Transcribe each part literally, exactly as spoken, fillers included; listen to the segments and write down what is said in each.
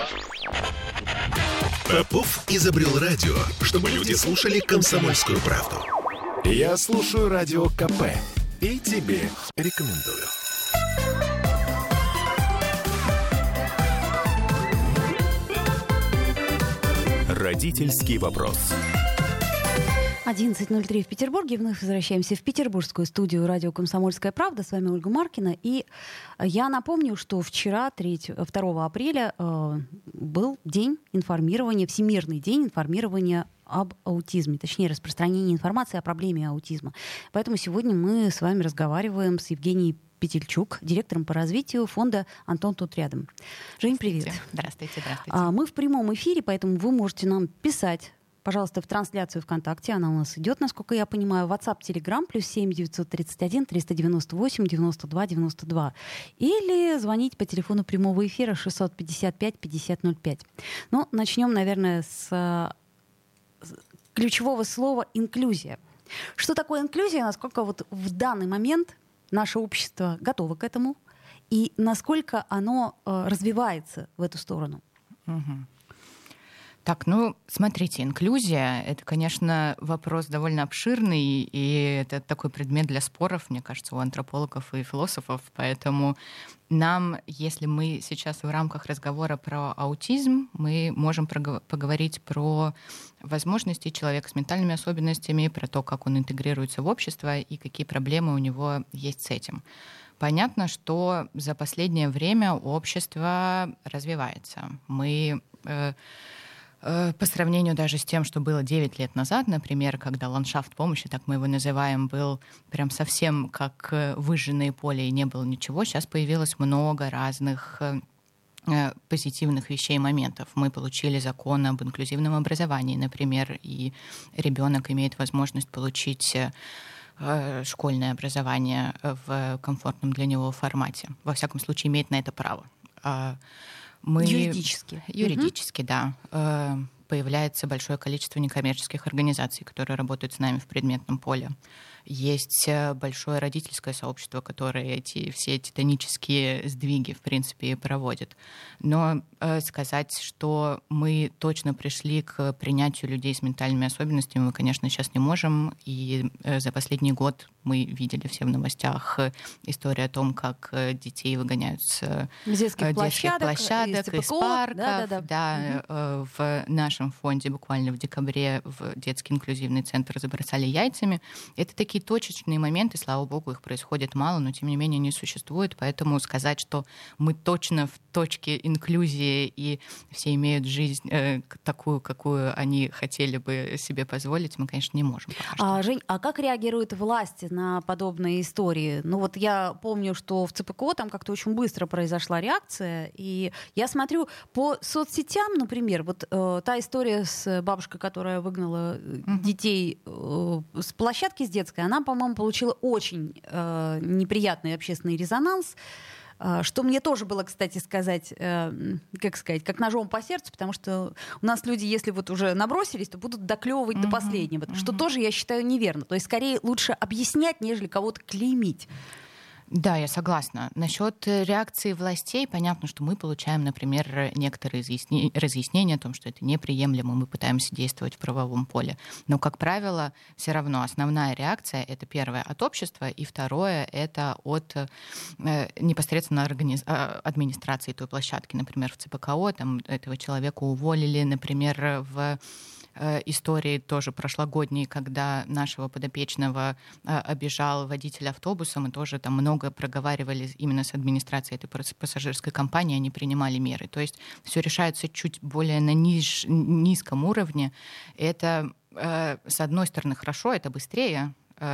Попов изобрел радио, чтобы люди слушали «Комсомольскую правду». Я слушаю Радио КП и тебе рекомендую. Родительский вопрос. одиннадцать ноль три в Петербурге. Вновь возвращаемся в петербургскую студию радио «Комсомольская правда». С вами Ольга Маркина. И я напомню, что вчера, второго апреля, э, был день информирования, Всемирный день информирования об аутизме, точнее, распространения информации о проблеме аутизма. Поэтому сегодня мы с вами разговариваем с Евгенией Петельчук, директором по развитию фонда «Антон тут рядом». Жень, привет. Здравствуйте, здравствуйте. А, мы в прямом эфире, поэтому вы можете нам писать, пожалуйста, в трансляцию ВКонтакте. Она у нас идет, насколько я понимаю. WhatsApp, Telegram, плюс семь девятьсот тридцать один триста девяносто восемь девяносто два девяносто два. Или звонить по телефону прямого эфира шестьсот пятьдесят пять пятьдесят ноль пять. Ну, начнем, наверное, с, с ключевого слова «инклюзия». Что такое инклюзия? Насколько вот в данный момент наше общество готово к этому? И насколько оно э, развивается в эту сторону? Угу. Так, ну, смотрите, инклюзия — это, конечно, вопрос довольно обширный, и это такой предмет для споров, мне кажется, у антропологов и философов, поэтому нам, если мы сейчас в рамках разговора про аутизм, мы можем проговор- поговорить про возможности человека с ментальными особенностями, про то, как он интегрируется в общество и какие проблемы у него есть с этим. Понятно, что за последнее время общество развивается. Мы... Э, По сравнению даже с тем, что было девять лет назад, например, когда ландшафт помощи, так мы его называем, был прям совсем как выжженное поле и не было ничего, сейчас появилось много разных позитивных вещей и моментов. Мы получили закон об инклюзивном образовании, например, и ребенок имеет возможность получить школьное образование в комфортном для него формате. Во всяком случае, имеет на это право. Мы... Юридически. Юридически, угу. да. Появляется большое количество некоммерческих организаций, которые работают с нами в предметном поле. Есть большое родительское сообщество, которое эти, все титанические сдвиги, в принципе, проводит. Но э, сказать, что мы точно пришли к принятию людей с ментальными особенностями, мы, конечно, сейчас не можем. И э, за последний год мы видели все в новостях историю о том, как детей выгоняют с детских, детских площадок, площадок, из, из парков. Да, да, да. Да, угу. э, в нашем фонде буквально в декабре в детский инклюзивный центр забросали яйцами. Это такие точечные моменты, слава богу, их происходит мало, но тем не менее они существуют, поэтому сказать, что мы точно в точке инклюзии и все имеют жизнь э, такую, какую они хотели бы себе позволить, мы, конечно, не можем. А, Жень, а как реагируют власти на подобные истории? Ну вот я помню, что в ЦПКО там как-то очень быстро произошла реакция, и я смотрю по соцсетям, например, вот э, та история с бабушкой, которая выгнала mm-hmm. детей э, с площадки с детской, она, по-моему, получила очень э, неприятный общественный резонанс, э, что мне тоже было, кстати, сказать, э, как сказать, как ножом по сердцу, потому что у нас люди, если вот уже набросились, то будут доклевывать mm-hmm. до последнего, mm-hmm. что тоже, я считаю, неверно. То есть, скорее, лучше объяснять, нежели кого-то клеймить. Да, я согласна. Насчет реакции властей, понятно, что мы получаем, например, некоторые разъяснения о том, что это неприемлемо, мы пытаемся действовать в правовом поле. Но, как правило, все равно основная реакция — это первое от общества, и второе — это от э, непосредственно организ... администрации той площадки. Например, в ЦПКО там этого человека уволили, например, в истории тоже прошлогодней, когда нашего подопечного обижал водитель автобуса, мы тоже там много проговаривали именно с администрацией этой пассажирской компании, они принимали меры. То есть все решается чуть более на ниж... низком уровне. Это, с одной стороны, хорошо, это быстрее,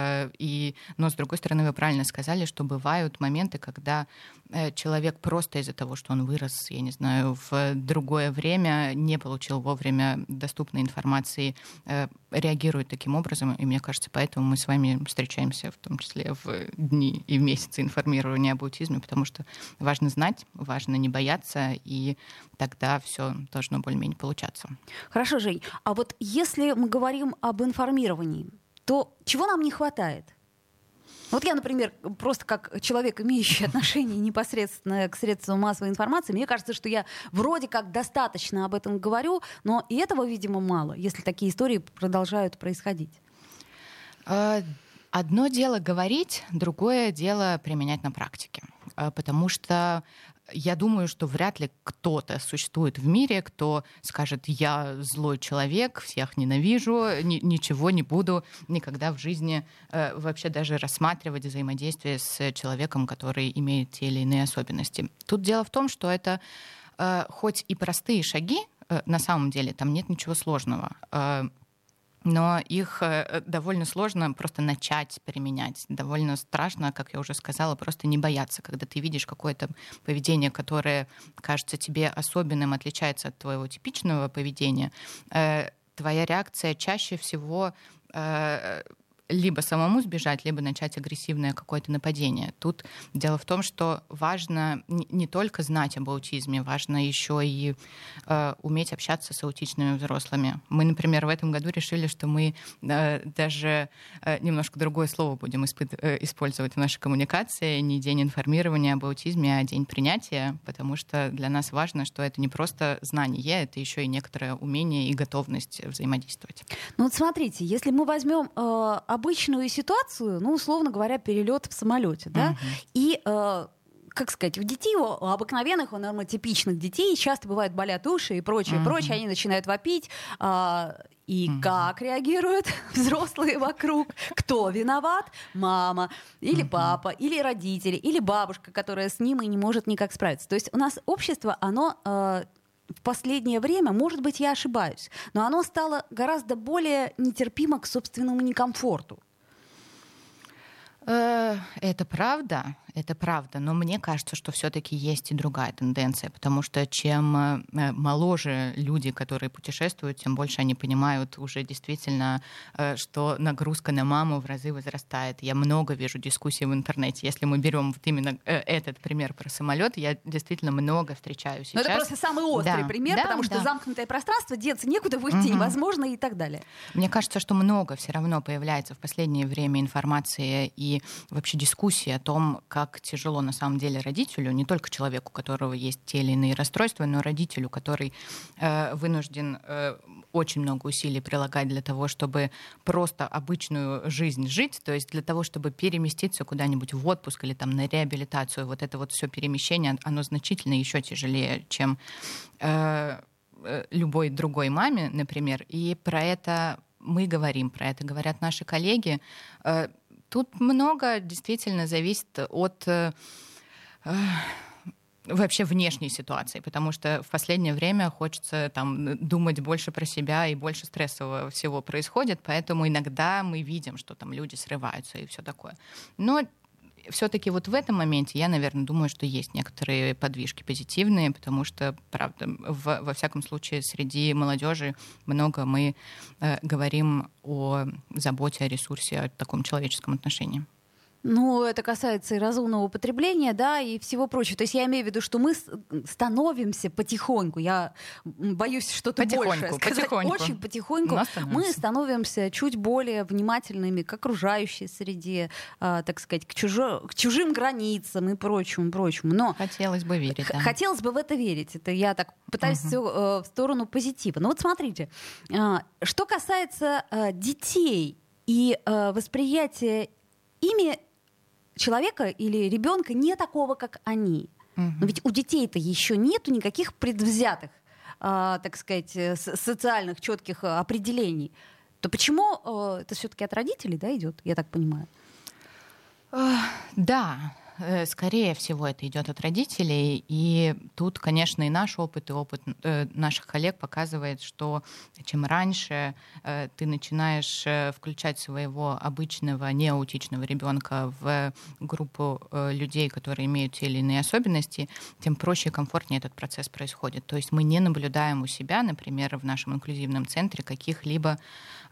И, но, с другой стороны, вы правильно сказали, что бывают моменты, когда человек просто из-за того, что он вырос, я не знаю, в другое время, не получил вовремя доступной информации, реагирует таким образом. И мне кажется, поэтому мы с вами встречаемся, в том числе в дни и в месяцы информирования об аутизме, потому что важно знать, важно не бояться, и тогда все должно более-менее получаться. Хорошо, Жень. А вот если мы говорим об информировании, то чего нам не хватает? Вот я, например, просто как человек, имеющий отношение непосредственно к средствам массовой информации, мне кажется, что я вроде как достаточно об этом говорю, но и этого, видимо, мало, если такие истории продолжают происходить. Одно дело говорить, другое дело применять на практике. Потому что я думаю, что вряд ли кто-то существует в мире, кто скажет: я злой человек, всех ненавижу, ни, ничего не буду никогда в жизни э, вообще даже рассматривать взаимодействие с человеком, который имеет те или иные особенности. Тут дело в том, что это э, хоть и простые шаги, э, на самом деле там нет ничего сложного, э, но их довольно сложно просто начать применять. Довольно страшно, как я уже сказала, просто не бояться, когда ты видишь какое-то поведение, которое кажется тебе особенным, отличается от твоего типичного поведения. Твоя реакция чаще всего либо самому сбежать, либо начать агрессивное какое-то нападение. Тут дело в том, что важно не только знать об аутизме, важно еще и э, уметь общаться с аутичными взрослыми. Мы, например, в этом году решили, что мы э, даже э, немножко другое слово будем испыт- э, использовать в нашей коммуникации. Не день информирования об аутизме, а день принятия, потому что для нас важно, что это не просто знание, это еще и некоторое умение и готовность взаимодействовать. Ну вот смотрите, если мы возьмем э, обычную ситуацию, ну, условно говоря, перелет в самолете, да, uh-huh. и, э, как сказать, у детей, у обыкновенных, у нормотипичных детей часто бывают болят уши и прочее, uh-huh. прочее, они начинают вопить, э, и uh-huh. как реагируют взрослые вокруг? Кто виноват? Мама, или uh-huh. папа, или родители, или бабушка, которая с ним и не может никак справиться. То есть у нас общество, оно... Э, в последнее время, может быть, я ошибаюсь, но оно стало гораздо более нетерпимо к собственному некомфорту. Это правда, это правда, но мне кажется, что все-таки есть и другая тенденция, потому что чем моложе люди, которые путешествуют, тем больше они понимают уже действительно, что нагрузка на маму в разы возрастает. Я много вижу дискуссий в интернете. Если мы берем вот именно этот пример про самолет, я действительно много встречаю сейчас. Но это просто самый острый да. пример, да, потому да. что замкнутое пространство, деться некуда, выйти угу. невозможно и так далее. Мне кажется, что много все равно появляется в последнее время информации и вообще дискуссии о том, как тяжело на самом деле родителю, не только человеку, у которого есть те или иные расстройства, но родителю, который э, вынужден э, очень много усилий прилагать для того, чтобы просто обычную жизнь жить, то есть для того, чтобы переместиться куда-нибудь в отпуск или там на реабилитацию. Вот это вот все перемещение, оно значительно еще тяжелее, чем э, любой другой маме, например. И про это мы говорим, про это говорят наши коллеги. Э, Тут много действительно зависит от э, вообще внешней ситуации, потому что в последнее время хочется там думать больше про себя, и больше стрессового всего происходит, поэтому иногда мы видим, что там люди срываются и все такое. Но все-таки вот в этом моменте я, наверное, думаю, что есть некоторые подвижки позитивные, потому что, правда, в, во всяком случае, среди молодежи много мы э, говорим о заботе, о ресурсе, о таком человеческом отношении. Ну, это касается и разумного потребления, да, и всего прочего. То есть я имею в виду, что мы становимся потихоньку, я боюсь что-то потихоньку, большее сказать, потихоньку. очень потихоньку мы становимся чуть более внимательными к окружающей среде, э, так сказать, к, чужо, к чужим границам и прочему, прочему. Но хотелось бы верить, да. Хотелось бы в это верить. Это я так пытаюсь угу. все э, в сторону позитива. Но вот смотрите, э, что касается э, детей и э, восприятия ими человека или ребенка не такого, как они. Uh-huh. Но ведь у детей-то еще нету никаких предвзятых, э, так сказать, социальных четких определений. То почему э, это все-таки от родителей, да, идет? Я так понимаю. Uh, да. Скорее всего, это идет от родителей. И тут, конечно, и наш опыт, и опыт наших коллег показывает, что чем раньше ты начинаешь включать своего обычного неаутичного ребенка в группу людей, которые имеют те или иные особенности, тем проще и комфортнее этот процесс происходит. То есть мы не наблюдаем у себя, например, в нашем инклюзивном центре каких-либо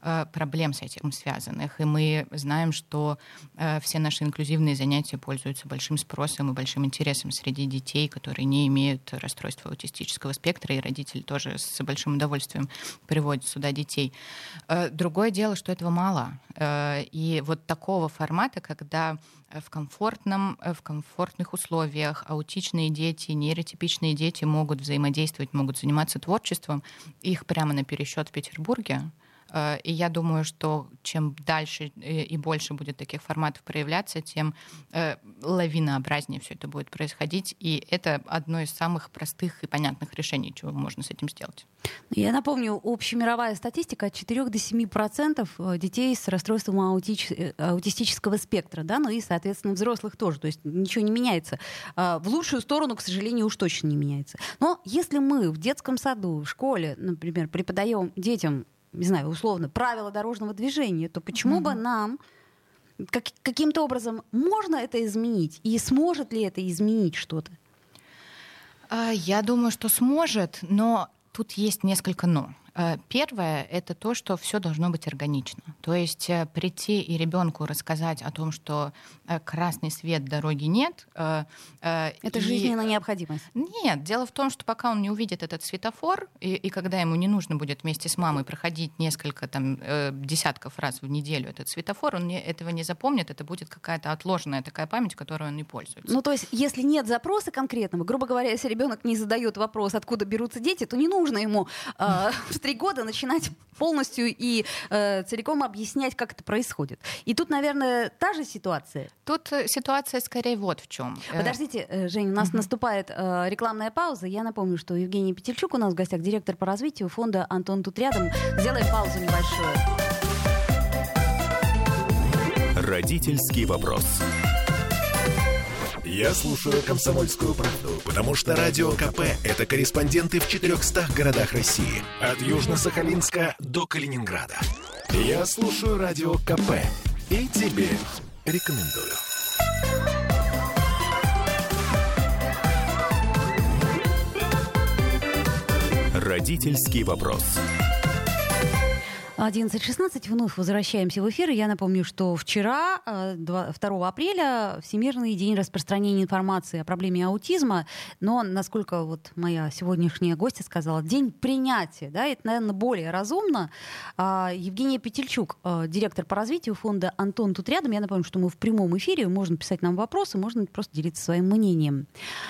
проблем с этим связанных. И мы знаем, что все наши инклюзивные занятия пользуются большим спросом и большим интересом среди детей, которые не имеют расстройства аутистического спектра, и родители тоже с большим удовольствием приводят сюда детей. Другое дело, что этого мало. И вот такого формата, когда в, комфортном, в комфортных условиях аутичные дети, нейротипичные дети могут взаимодействовать, могут заниматься творчеством, их прямо на пересчет в Петербурге. И я думаю, что чем дальше и больше будет таких форматов проявляться, тем лавинообразнее все это будет происходить. И это одно из самых простых и понятных решений, чего можно с этим сделать. Я напомню, общемировая статистика от четырёх до семи процентов детей с расстройством аутич... аутистического спектра, да, ну и, соответственно, взрослых тоже. То есть ничего не меняется. В лучшую сторону, к сожалению, уж точно не меняется. Но если мы в детском саду, в школе, например, преподаем детям, не знаю, условно, правила дорожного движения, то почему mm-hmm. бы нам как, каким-то образом можно это изменить? И сможет ли это изменить что-то? Я думаю, что сможет, но тут есть несколько «но». Первое — это то, что все должно быть органично. То есть прийти и ребенку рассказать о том, что красный свет, дороги нет. Это и... жизненная необходимость. Нет, дело в том, что пока он не увидит этот светофор, и, и когда ему не нужно будет вместе с мамой проходить несколько там, десятков раз в неделю этот светофор, он не, этого не запомнит, это будет какая-то отложенная такая память, которой он не пользуется. Ну, то есть, если нет запроса конкретного, грубо говоря, если ребенок не задает вопрос, откуда берутся дети, то не нужно ему три года начинать полностью и э, целиком объяснять, как это происходит. И тут, наверное, та же ситуация. Тут ситуация скорее вот в чем. Подождите, Жень, у нас uh-huh. наступает э, рекламная пауза. Я напомню, что Евгений Петельчук у нас в гостях, директор по развитию фонда «Антон тут рядом». Сделаем паузу небольшую. Родительский вопрос. Я слушаю «Комсомольскую правду», потому что Радио КП — это корреспонденты в четырехстах городах России. От Южно-Сахалинска до Калининграда. Я слушаю Радио КП и тебе рекомендую. Родительский вопрос. одиннадцать шестнадцать, вновь возвращаемся в эфир. Я напомню, что вчера, второго апреля, Всемирный день распространения информации о проблеме аутизма. Но, насколько вот моя сегодняшняя гостья сказала, день принятия. Да, это, наверное, более разумно. Евгения Петельчук, директор по развитию фонда «Антон тут рядом». Я напомню, что мы в прямом эфире. Можно писать нам вопросы, можно просто делиться своим мнением.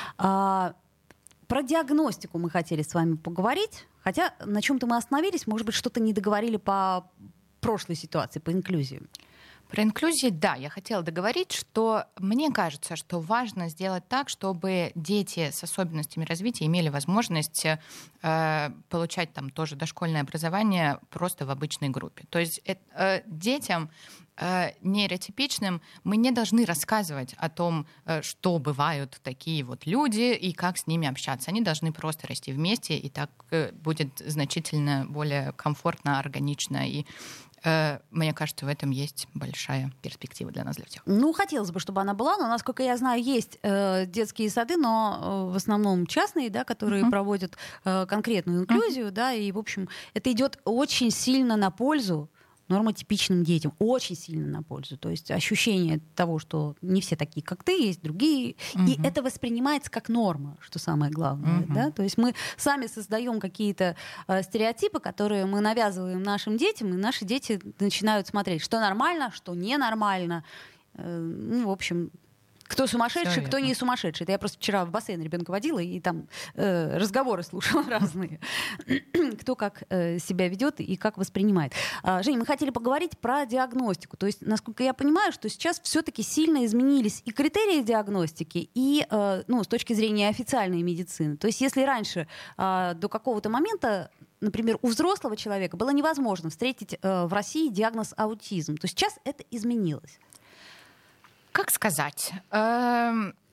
Про диагностику мы хотели с вами поговорить. Хотя на чем-то мы остановились, может быть, что-то не договорили по прошлой ситуации, по инклюзии. Про инклюзию, да, я хотела договорить, что мне кажется, что важно сделать так, чтобы дети с особенностями развития имели возможность э, получать там тоже дошкольное образование просто в обычной группе. То есть э, детям э, нейротипичным мы не должны рассказывать о том, э, что бывают такие вот люди и как с ними общаться. Они должны просто расти вместе, и так э, будет значительно более комфортно, органично и мне кажется, в этом есть большая перспектива для нас, для всех. Ну, хотелось бы, чтобы она была, но, насколько я знаю, есть э, детские сады, но э, в основном частные, да, которые uh-huh. проводят э, конкретную инклюзию, uh-huh. да, и, в общем, это идет очень сильно на пользу нормотипичным детям, очень сильно на пользу. То есть ощущение того, что не все такие, как ты, есть другие. Uh-huh. И это воспринимается как норма, что самое главное. Uh-huh. Да? То есть мы сами создаем какие-то э, стереотипы, которые мы навязываем нашим детям, и наши дети начинают смотреть, что нормально, что ненормально. Э, ну, в общем... Кто сумасшедший, кто не сумасшедший. Это я просто вчера в бассейн ребенка водила и там э, разговоры слушала разные. Кто как э, себя ведет и как воспринимает. А, Женя, мы хотели поговорить про диагностику. То есть, насколько я понимаю, что сейчас все-таки сильно изменились и критерии диагностики, и э, ну, с точки зрения официальной медицины. То есть, если раньше э, до какого-то момента, например, у взрослого человека было невозможно встретить э, в России диагноз аутизм, то сейчас это изменилось. Как сказать? Эм,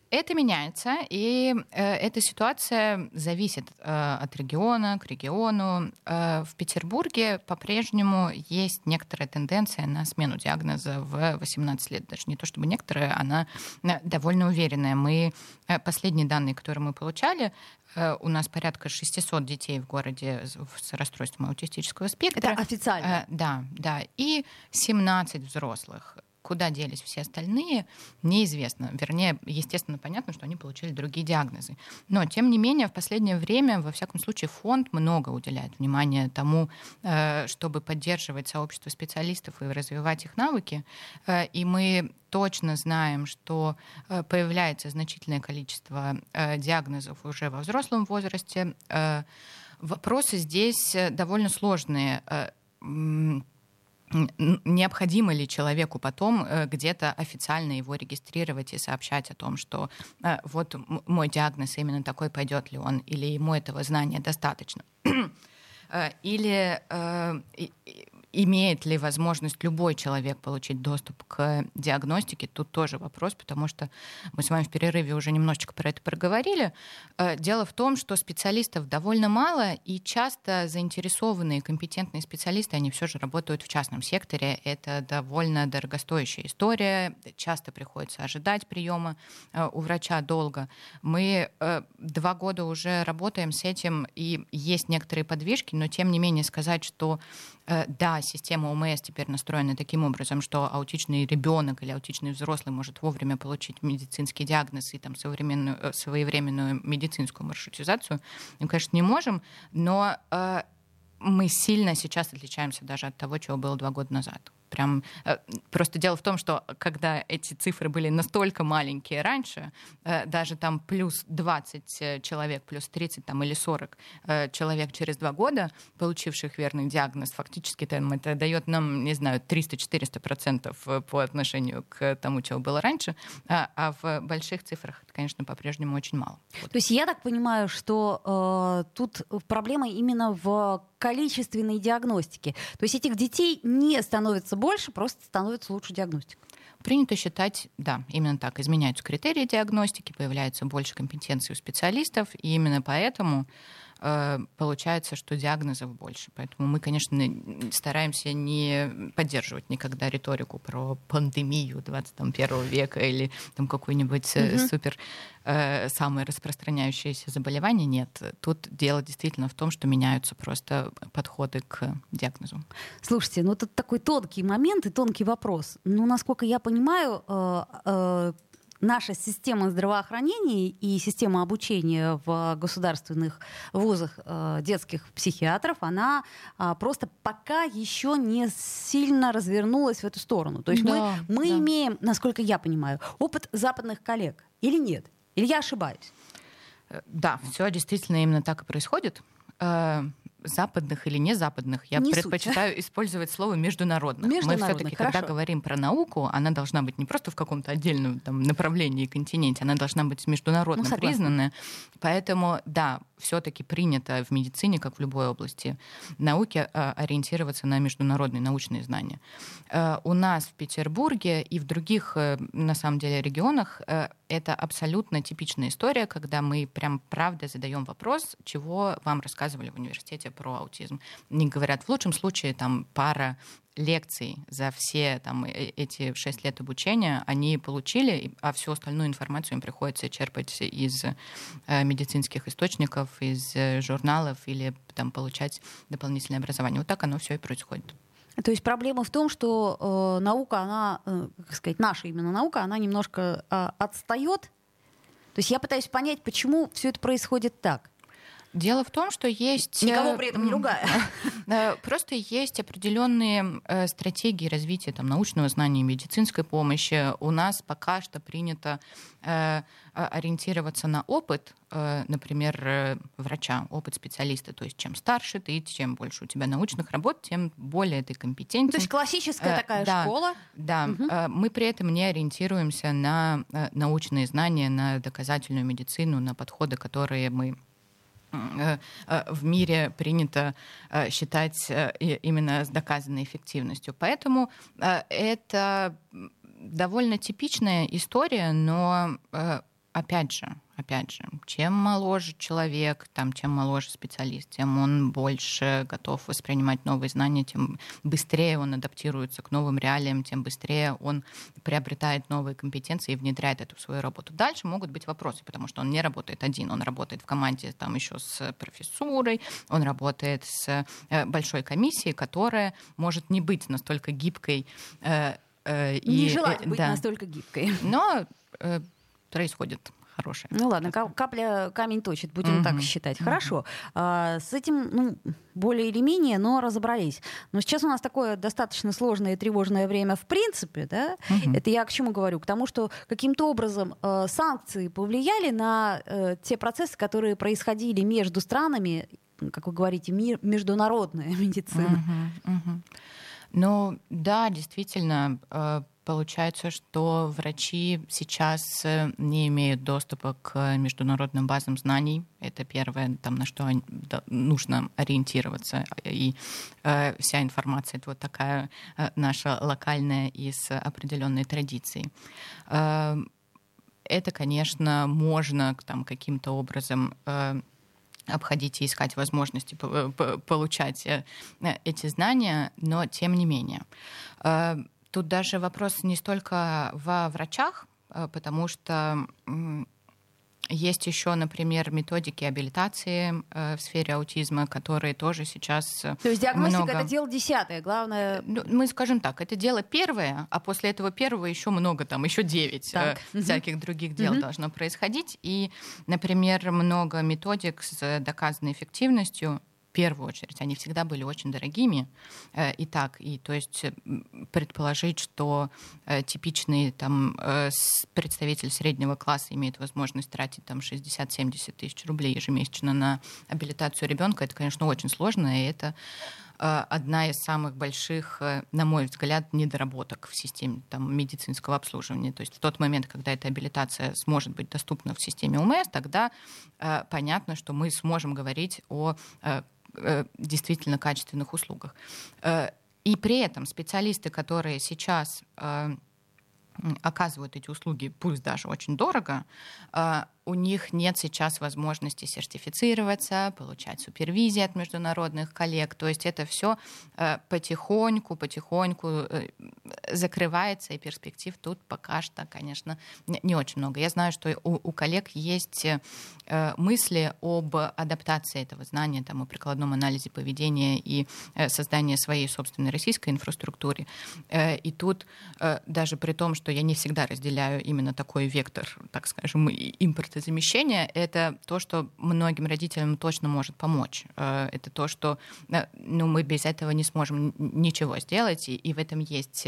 Это меняется, и э, эта ситуация зависит э, от региона к региону. Э, в Петербурге по-прежнему есть некоторая тенденция на смену диагноза в восемнадцать лет. Даже не то чтобы некоторая, она э, довольно уверенная. Мы, э, последние данные, которые мы получали, э, у нас порядка шестьсот детей в городе с расстройством аутистического спектра. Это официально? Э, да, да. И семнадцать взрослых. Куда делись все остальные, неизвестно. Вернее, естественно, понятно, что они получили другие диагнозы. Но, тем не менее, в последнее время, во всяком случае, фонд много уделяет внимания тому, чтобы поддерживать сообщество специалистов и развивать их навыки. И мы точно знаем, что появляется значительное количество диагнозов уже во взрослом возрасте. Вопросы здесь довольно сложные. Необходимо ли человеку потом где-то официально его регистрировать и сообщать о том, что вот мой диагноз именно такой, пойдет ли он, или ему этого знания достаточно? Или имеет ли возможность любой человек получить доступ к диагностике? Тут тоже вопрос, потому что мы с вами в перерыве уже немножечко про это проговорили. Дело в том, что специалистов довольно мало, и часто заинтересованные компетентные специалисты, они все же работают в частном секторе. Это довольно дорогостоящая история. Часто приходится ожидать приема у врача долго. Мы два года уже работаем с этим, и есть некоторые подвижки, но тем не менее сказать, что да, система ОМС теперь настроена таким образом, что аутичный ребенок или аутичный взрослый может вовремя получить медицинский диагноз и там, современную, своевременную медицинскую маршрутизацию. Мы, конечно, не можем, но э, мы сильно сейчас отличаемся даже от того, чего было два года назад. Прям, просто дело в том, что когда эти цифры были настолько маленькие раньше, даже там плюс двадцать человек, плюс тридцать там, или сорок человек через два года, получивших верный диагноз, фактически там, это дает нам, не знаю, триста-четыреста процентов по отношению к тому, чего было раньше, а в больших цифрах это, конечно, по-прежнему очень мало. То есть я так понимаю, что э, тут проблема именно в количественной диагностике. То есть этих детей не становится больше, просто становится лучше диагностика. Принято считать, да, именно так. Изменяются критерии диагностики, появляется больше компетенций у специалистов, и именно поэтому э, получается, что диагнозов больше. Поэтому мы, конечно, стараемся не поддерживать никогда риторику про пандемию двадцать первого века или там какой-нибудь mm-hmm. супер э, самое распространяющееся заболевание. Нет. Тут дело действительно в том, что меняются просто подходы к диагнозу. Слушайте, ну тут такой тонкий момент и тонкий вопрос. Ну, насколько я понимаю, э, э, наша система здравоохранения и система обучения в государственных вузах э, детских психиатров, она э, просто пока еще не сильно развернулась в эту сторону. То есть да, мы, мы да. имеем, насколько я понимаю, опыт западных коллег или нет? Или я ошибаюсь? Да, все действительно именно так и происходит. Западных или не западных, я не предпочитаю суть. использовать слово международных. международных. Мы все-таки, когда говорим про науку, она должна быть не просто в каком-то отдельном там, направлении и континенте, она должна быть международно ну, признанная. Поэтому, да, все-таки принято в медицине, как в любой области науки, ориентироваться на международные научные знания. У нас в Петербурге и в других, на самом деле, регионах это абсолютно типичная история, когда мы прям правда задаем вопрос, чего вам рассказывали в университете про аутизм. Они говорят, в лучшем случае там пара лекций за все там, эти шесть лет обучения они получили, а всю остальную информацию им приходится черпать из э, медицинских источников, из э, журналов или там, получать дополнительное образование. Вот так оно все и происходит. То есть проблема в том, что э, наука, она, э, как сказать, наша именно наука, она немножко э, отстает. То есть я пытаюсь понять, почему все это происходит так. Дело в том, что есть... Никого при этом не ругая. Просто есть определенные стратегии развития там, научного знания и медицинской помощи. У нас пока что принято э, ориентироваться на опыт, э, например, врача, опыт специалиста. То есть чем старше ты, чем больше у тебя научных работ, тем более ты компетентен. То есть классическая э, такая да, школа. Да. Угу. Э, мы при этом не ориентируемся на э, научные знания, на доказательную медицину, на подходы, которые мы в мире принято считать именно с доказанной эффективностью. Поэтому это довольно типичная история, но опять же, опять же, чем моложе человек, там, чем моложе специалист, тем он больше готов воспринимать новые знания, тем быстрее он адаптируется к новым реалиям, тем быстрее он приобретает новые компетенции и внедряет это в свою работу. Дальше могут быть вопросы, потому что он не работает один, он работает в команде там еще с профессурой, он работает с большой комиссией, которая может не быть настолько гибкой. Э, э, не и, желать э, быть да. настолько гибкой. Но э, происходит хорошее. Ну ладно, капля камень точит, будем угу. так считать. Угу. Хорошо. А, с этим, ну, более или менее, но разобрались. Но сейчас у нас такое достаточно сложное и тревожное время в принципе, да? Угу. Это я к чему говорю? К тому, что каким-то образом э, санкции повлияли на э, те процессы, которые происходили между странами, как вы говорите, мир, международная медицина. Угу. Угу. Ну да, действительно, э, получается, что врачи сейчас не имеют доступа к международным базам знаний. Это первое, там, на что нужно ориентироваться. И э, вся информация — это вот такая э, наша локальная из определенной традиции. Э, это, конечно, можно там, каким-то образом э, обходить и искать возможности получать эти знания, но тем не менее. Тут даже вопрос не столько во врачах, потому что есть еще, например, методики абилитации в сфере аутизма, которые тоже сейчас много... То есть диагностика много... — это дело десятое, главное... Мы скажем так, это дело первое, а после этого первого еще много, там, еще девять так. всяких угу. других дел угу. должно происходить. И, например, много методик с доказанной эффективностью, в первую очередь, они всегда были очень дорогими. И так, и то есть предположить, что типичный там, представитель среднего класса имеет возможность тратить там шестьдесят-семьдесят тысяч рублей ежемесячно на абилитацию ребенка, это, конечно, очень сложно, и это одна из самых больших, на мой взгляд, недоработок в системе там, медицинского обслуживания. То есть в тот момент, когда эта абилитация сможет быть доступна в системе УМС, тогда э, понятно, что мы сможем говорить о э, э, действительно качественных услугах. Э, и при этом специалисты, которые сейчас э, оказывают эти услуги, пусть даже очень дорого, э, у них нет сейчас возможности сертифицироваться, получать супервизии от международных коллег. То есть это все потихоньку, потихоньку закрывается, и перспектив тут пока что, конечно, не очень много. Я знаю, что у, у коллег есть мысли об адаптации этого знания, там, о прикладном анализе поведения и создании своей собственной российской инфраструктуры. И тут даже при том, что я не всегда разделяю именно такой вектор, так скажем, импорта замещение — это то, что многим родителям точно может помочь. Это то, что ну, мы без этого не сможем ничего сделать, и, и в этом есть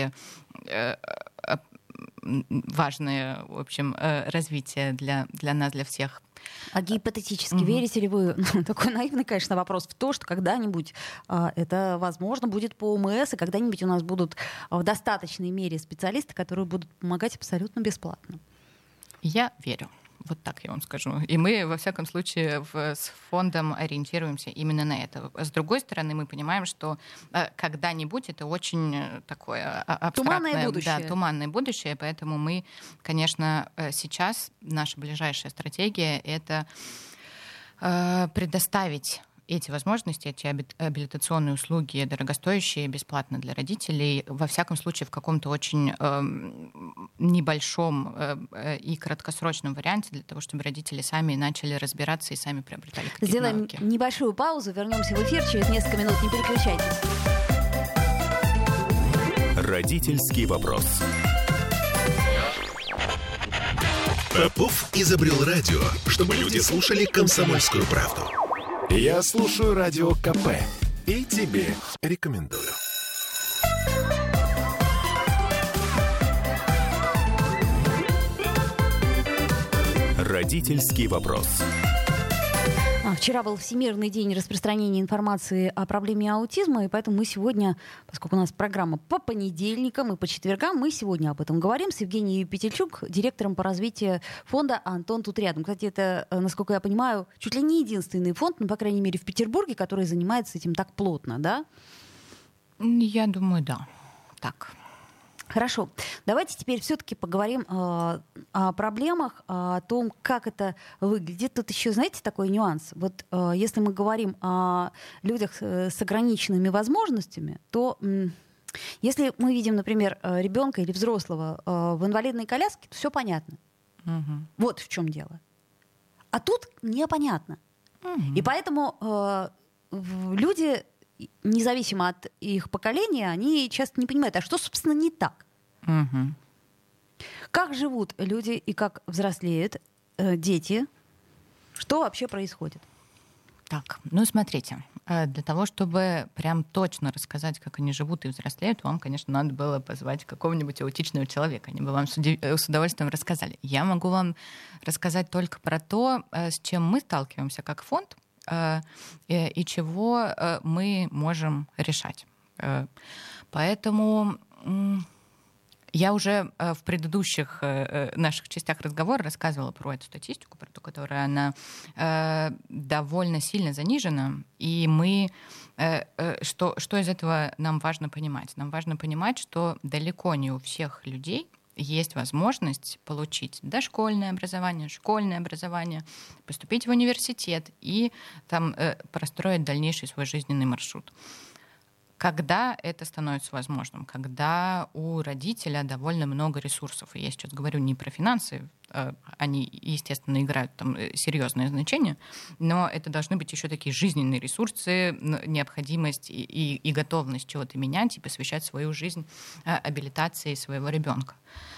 важное, в общем, развитие для, для нас, для всех. А гипотетически угу. верите ли вы, ну, такой наивный, конечно, вопрос, в то, что когда-нибудь а, это, возможно, будет по ОМС, и когда-нибудь у нас будут в достаточной мере специалисты, которые будут помогать абсолютно бесплатно? Я верю. Вот так я вам скажу. И мы, во всяком случае, в, с фондом ориентируемся именно на это. С другой стороны, мы понимаем, что э, когда-нибудь это очень такое абстрактное... Туманное будущее. Да, туманное будущее. Поэтому мы, конечно, сейчас, наша ближайшая стратегия — это э, предоставить эти возможности, эти абилитационные услуги, дорогостоящие, бесплатно для родителей, во всяком случае, в каком-то очень э, небольшом э, и краткосрочном варианте, для того, чтобы родители сами начали разбираться и сами приобретали какие-то Сделаем навыки. Небольшую паузу, вернемся в эфир через несколько минут. Не переключайтесь. Родительский вопрос. Попов изобрел радио, чтобы люди слушали «Комсомольскую правду». Я слушаю Радио КП и тебе рекомендую. Родительский вопрос. Вчера был Всемирный день распространения информации о проблеме аутизма, и поэтому мы сегодня, поскольку у нас программа по понедельникам и по четвергам, мы сегодня об этом говорим с Евгенией Петельчук, директором по развитию фонда «Антон тут рядом». Кстати, это, насколько я понимаю, чуть ли не единственный фонд, ну, по крайней мере, в Петербурге, который занимается этим так плотно, да? Я думаю, да. Так. Хорошо. Давайте теперь все-таки поговорим э, о проблемах, о том, как это выглядит. Тут еще, знаете, такой нюанс. Вот э, если мы говорим о людях с, с ограниченными возможностями, то э, если мы видим, например, ребенка или взрослого э, в инвалидной коляске, то все понятно. Угу. Вот в чем дело. А тут непонятно. Угу. И поэтому э, люди, независимо от их поколения, они часто не понимают, а что, собственно, не так. Угу. Как живут люди и как взрослеют э, дети? Что вообще происходит? Так, ну смотрите, для того, чтобы прям точно рассказать, как они живут и взрослеют, вам, конечно, надо было позвать какого-нибудь аутичного человека. Они бы вам с удовольствием рассказали. Я могу вам рассказать только про то, с чем мы сталкиваемся как фонд и чего мы можем решать. Поэтому я уже в предыдущих наших частях разговора рассказывала про эту статистику, про ту, которая она довольно сильно занижена, и мы что, что из этого нам важно понимать? Нам важно понимать, что далеко не у всех людей есть возможность получить дошкольное образование, школьное образование, поступить в университет и там простроить дальнейший свой жизненный маршрут. Когда это становится возможным? Когда у родителя довольно много ресурсов. И я сейчас говорю не про финансы, они, естественно, играют там серьезное значение, но это должны быть еще такие жизненные ресурсы, необходимость и, и, и готовность чего-то менять и посвящать свою жизнь абилитации своего ребенка.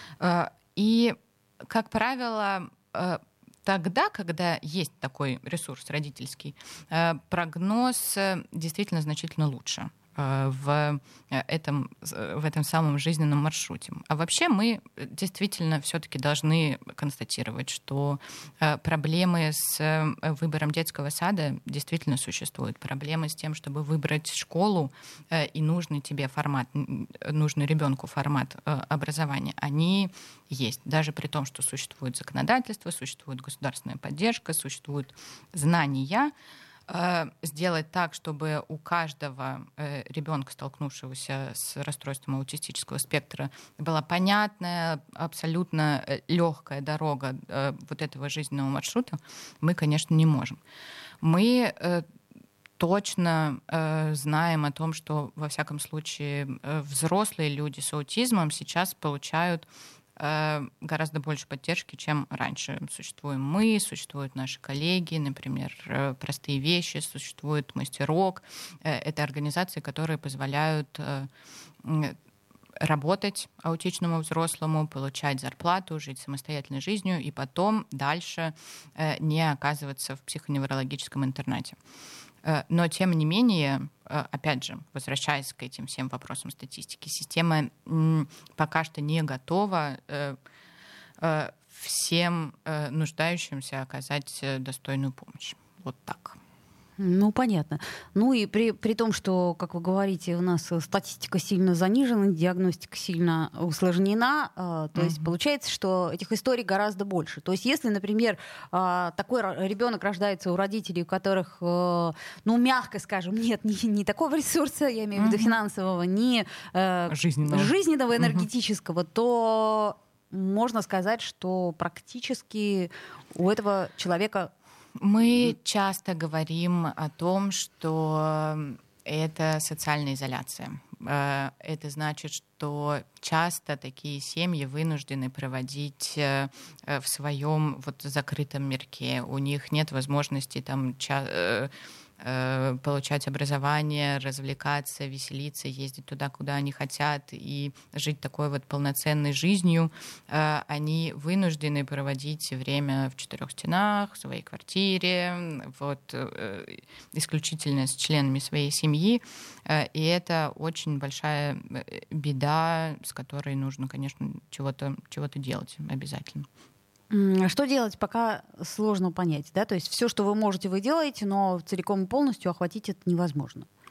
И, как правило, тогда, когда есть такой ресурс родительский, прогноз действительно значительно лучше в этом, в этом самом жизненном маршруте. А вообще мы действительно все-таки должны констатировать, что проблемы с выбором детского сада действительно существуют. Проблемы с тем, чтобы выбрать школу и нужный тебе формат, нужный ребенку формат образования, они есть. Даже при том, что существует законодательство, существует государственная поддержка, существуют знания, сделать так, чтобы у каждого ребенка, столкнувшегося с расстройством аутистического спектра, была понятная, абсолютно легкая дорога вот этого жизненного маршрута, мы, конечно, не можем. Мы точно знаем о том, что, во всяком случае, взрослые люди с аутизмом сейчас получают гораздо больше поддержки, чем раньше. Существуем мы, существуют наши коллеги, например, «Простые вещи», существует «Мастерок». Это организации, которые позволяют работать аутичному взрослому, получать зарплату, жить самостоятельной жизнью и потом дальше не оказываться в психоневрологическом интернате. Но, тем не менее, опять же, возвращаясь к этим всем вопросам статистики, система пока что не готова всем нуждающимся оказать достойную помощь. Вот так. Ну, понятно. Ну и при, при том, что, как вы говорите, у нас статистика сильно занижена, диагностика сильно усложнена, э, то mm-hmm. есть получается, что этих историй гораздо больше. То есть если, например, э, такой ребенок рождается у родителей, у которых, э, ну, мягко скажем, нет ни, ни такого ресурса, я имею в виду mm-hmm. финансового, ни э, жизненного. жизненного, энергетического, mm-hmm. то можно сказать, что практически у этого человека... Мы часто говорим о том, что это социальная изоляция. Это значит, что часто такие семьи вынуждены проводить в своем вот закрытом мирке. У них нет возможности там получать образование, развлекаться, веселиться, ездить туда, куда они хотят и жить такой вот полноценной жизнью. Они вынуждены проводить время в четырех стенах, в своей квартире, вот, исключительно с членами своей семьи. И это очень большая беда, с которой нужно, конечно, чего-то, чего-то делать обязательно. Что делать, пока сложно понять, да? То есть все, что вы можете, вы делаете, но целиком и полностью охватить это невозможно.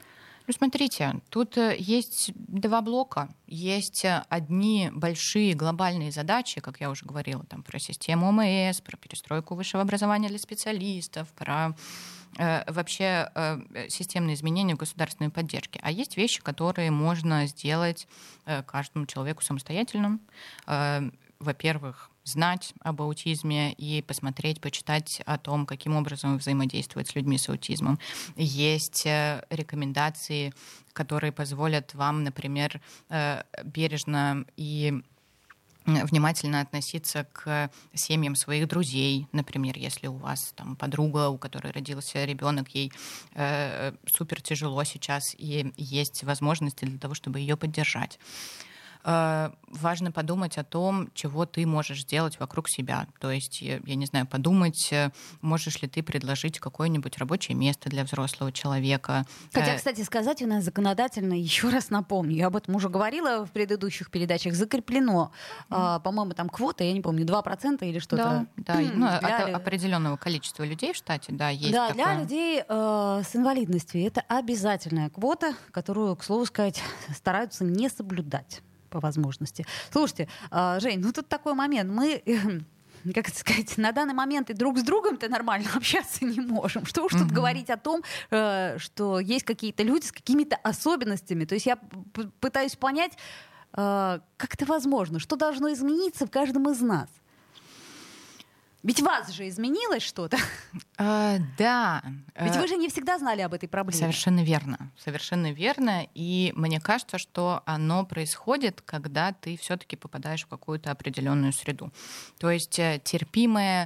Ну, смотрите, тут есть два блока. Есть одни большие глобальные задачи, как я уже говорила, там, про систему ОМС, про перестройку высшего образования для специалистов, про э, вообще э, системные изменения в государственной поддержке. А есть вещи, которые можно сделать э, каждому человеку самостоятельно. Э, во-первых, знать об аутизме и посмотреть, почитать о том, каким образом взаимодействовать с людьми с аутизмом. Есть рекомендации, которые позволят вам, например, бережно и внимательно относиться к семьям своих друзей, например, если у вас там подруга, у которой родился ребенок, ей э, супер тяжело сейчас, и есть возможности для того, чтобы ее поддержать. Важно подумать о том, чего ты можешь сделать вокруг себя. То есть, я не знаю, подумать, можешь ли ты предложить какое-нибудь рабочее место для взрослого человека. Хотя, кстати, сказать у нас законодательно, еще раз напомню, я об этом уже говорила в предыдущих передачах, закреплено, mm. по-моему, там квота, я не помню, два процента или что-то. Да, да. Ну, для... от определенного количества людей в штате, да, есть Да, такое. для людей э, с инвалидностью это обязательная квота, которую, к слову сказать, стараются не соблюдать по возможности. Слушайте, Жень, ну тут такой момент. Мы, как это сказать, на данный момент и друг с другом-то нормально общаться не можем. Что уж тут uh-huh. говорить о том, что есть какие-то люди с какими-то особенностями. То есть я пытаюсь понять, как это возможно, что должно измениться в каждом из нас. Ведь у вас же изменилось что-то. А, да. Ведь вы же не всегда знали об этой проблеме. Совершенно верно. Совершенно верно. И мне кажется, что оно происходит, когда ты все-таки попадаешь в какую-то определенную среду. То есть терпимое,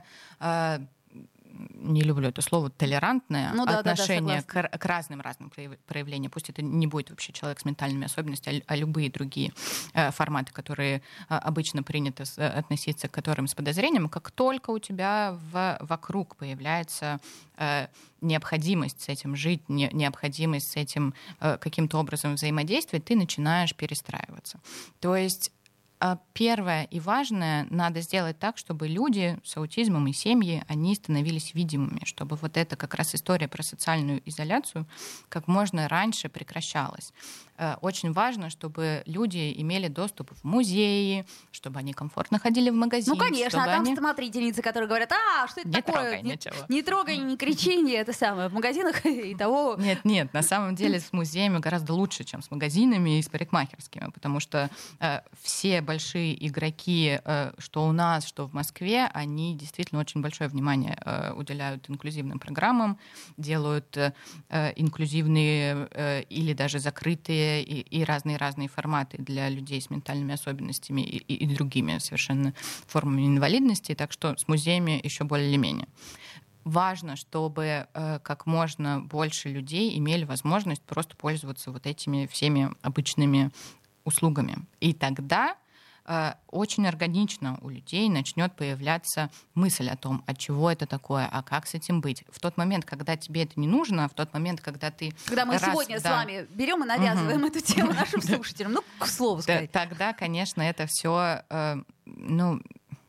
не люблю это слово, толерантное ну, да, отношение да, да, к, к разным-разным проявлениям. Пусть это не будет вообще человек с ментальными особенностями, а, а любые другие э, форматы, которые э, обычно принято с, относиться к которым с подозрением. Как только у тебя в, вокруг появляется э, необходимость с этим жить, не, необходимость с этим э, каким-то образом взаимодействовать, ты начинаешь перестраиваться. То есть первое и важное, надо сделать так, чтобы люди с аутизмом и семьи, они становились видимыми, чтобы вот эта как раз история про социальную изоляцию как можно раньше прекращалась. Очень важно, чтобы люди имели доступ в музеи, чтобы они комфортно ходили в магазин. Ну, конечно, а там они... смотрительницы, которые говорят, а, что это не такое? Трогай, не, ничего. не трогай, не кричи, не это самое. В магазинах и того... Нет, нет, на самом деле с музеями гораздо лучше, чем с магазинами и с парикмахерскими, потому что э, все большие игроки, э, что у нас, что в Москве, они действительно очень большое внимание э, уделяют инклюзивным программам, делают э, инклюзивные э, или даже закрытые и, и разные-разные форматы для людей с ментальными особенностями и, и, и другими совершенно формами инвалидности, так что с музеями еще более или менее. Важно, чтобы э, как можно больше людей имели возможность просто пользоваться вот этими всеми обычными услугами. И тогда очень органично у людей начнет появляться мысль о том, от чего это такое, а как с этим быть. В тот момент, когда тебе это не нужно, в тот момент, когда ты... Когда мы раз, сегодня да, с вами берем и навязываем угу. эту тему нашим слушателям, ну, к слову сказать. Тогда, конечно, это все, ну,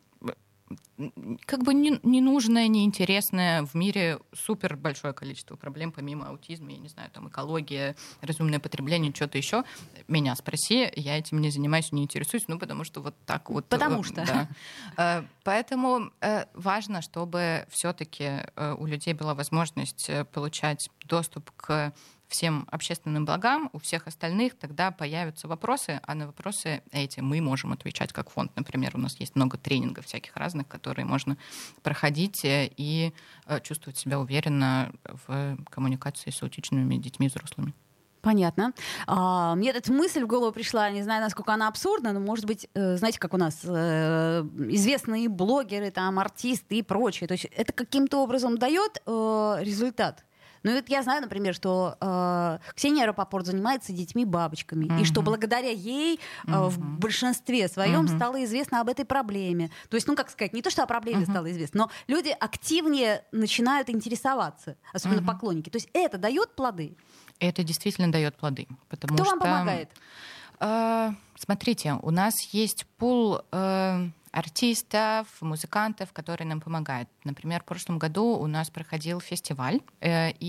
как бы не, ненужное, неинтересное. В мире супер большое количество проблем, помимо аутизма, я не знаю, там экология, разумное потребление, что-то еще. Меня спроси, я этим не занимаюсь, не интересуюсь, ну, потому что вот так вот. Потому что. Да. Поэтому важно, чтобы все-таки у людей была возможность получать доступ к всем общественным благам, у всех остальных тогда появятся вопросы, а на вопросы эти мы можем отвечать как фонд. Например, у нас есть много тренингов всяких разных, которые можно проходить и чувствовать себя уверенно в коммуникации с аутичными детьми и взрослыми. Понятно. А, мне эта мысль в голову пришла, не знаю, насколько она абсурдна, но, может быть, э, знаете, как у нас э, известные блогеры, там, артисты и прочее. То есть это каким-то образом дает э, результат. Ну, вот я знаю, например, что э, Ксения Рапопорт занимается детьми-бабочками, uh-huh. и что благодаря ей э, uh-huh. в большинстве своем uh-huh. стало известно об этой проблеме. То есть, ну, как сказать, не то, что о проблеме uh-huh. стало известно, но люди активнее начинают интересоваться, особенно uh-huh. поклонники. То есть это дает плоды? Это действительно дает плоды. Потому Кто что, вам помогает? Э, смотрите, у нас есть пул... Э, артистов, музыкантов, которые нам помогают. Например, в прошлом году у нас проходил фестиваль, э, и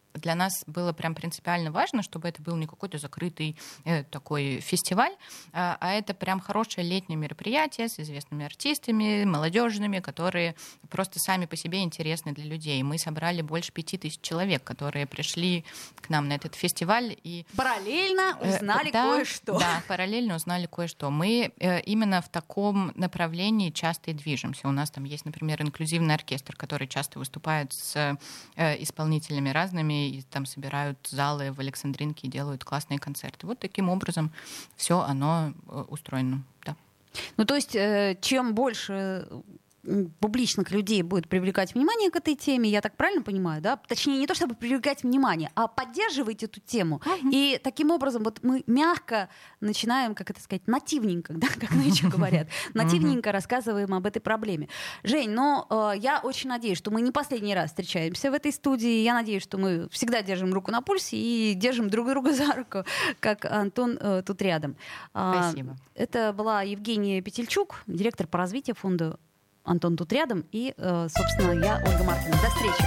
для нас было прям принципиально важно, чтобы это был не какой-то закрытый э, такой фестиваль, а, а это прям хорошее летнее мероприятие с известными артистами, молодежными, которые просто сами по себе интересны для людей. Мы собрали больше пяти тысяч человек, которые пришли к нам на этот фестиваль. И параллельно узнали э, да, кое-что. Да, параллельно узнали кое-что. Мы э, именно в таком направлении часто и движемся. У нас там есть, например, инклюзивный оркестр, который часто выступает с э, исполнителями разными, и там собирают залы в Александринке и делают классные концерты. Вот таким образом все оно э, устроено. Да. Ну, то есть, э, чем больше публичных людей будет привлекать внимание к этой теме, я так правильно понимаю, да? Точнее, не то чтобы привлекать внимание, а поддерживать эту тему. Uh-huh. И таким образом вот мы мягко начинаем, как это сказать, нативненько, да, как нынче говорят, нативненько рассказываем об этой проблеме. Жень, но э, я очень надеюсь, что мы не последний раз встречаемся в этой студии. Я надеюсь, что мы всегда держим руку на пульсе и держим друг друга за руку, как Антон э, тут рядом. Спасибо. Э, это была Евгения Петельчук, директор по развитию фонда «Антон тут рядом». И, э, собственно, я, Ольга Маркина. До встречи.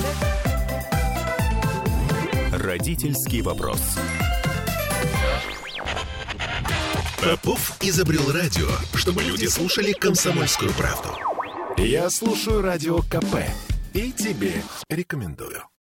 Родительский вопрос. Попов изобрел радио, чтобы люди слушали «Комсомольскую правду». Я слушаю радио ка пэ и тебе рекомендую.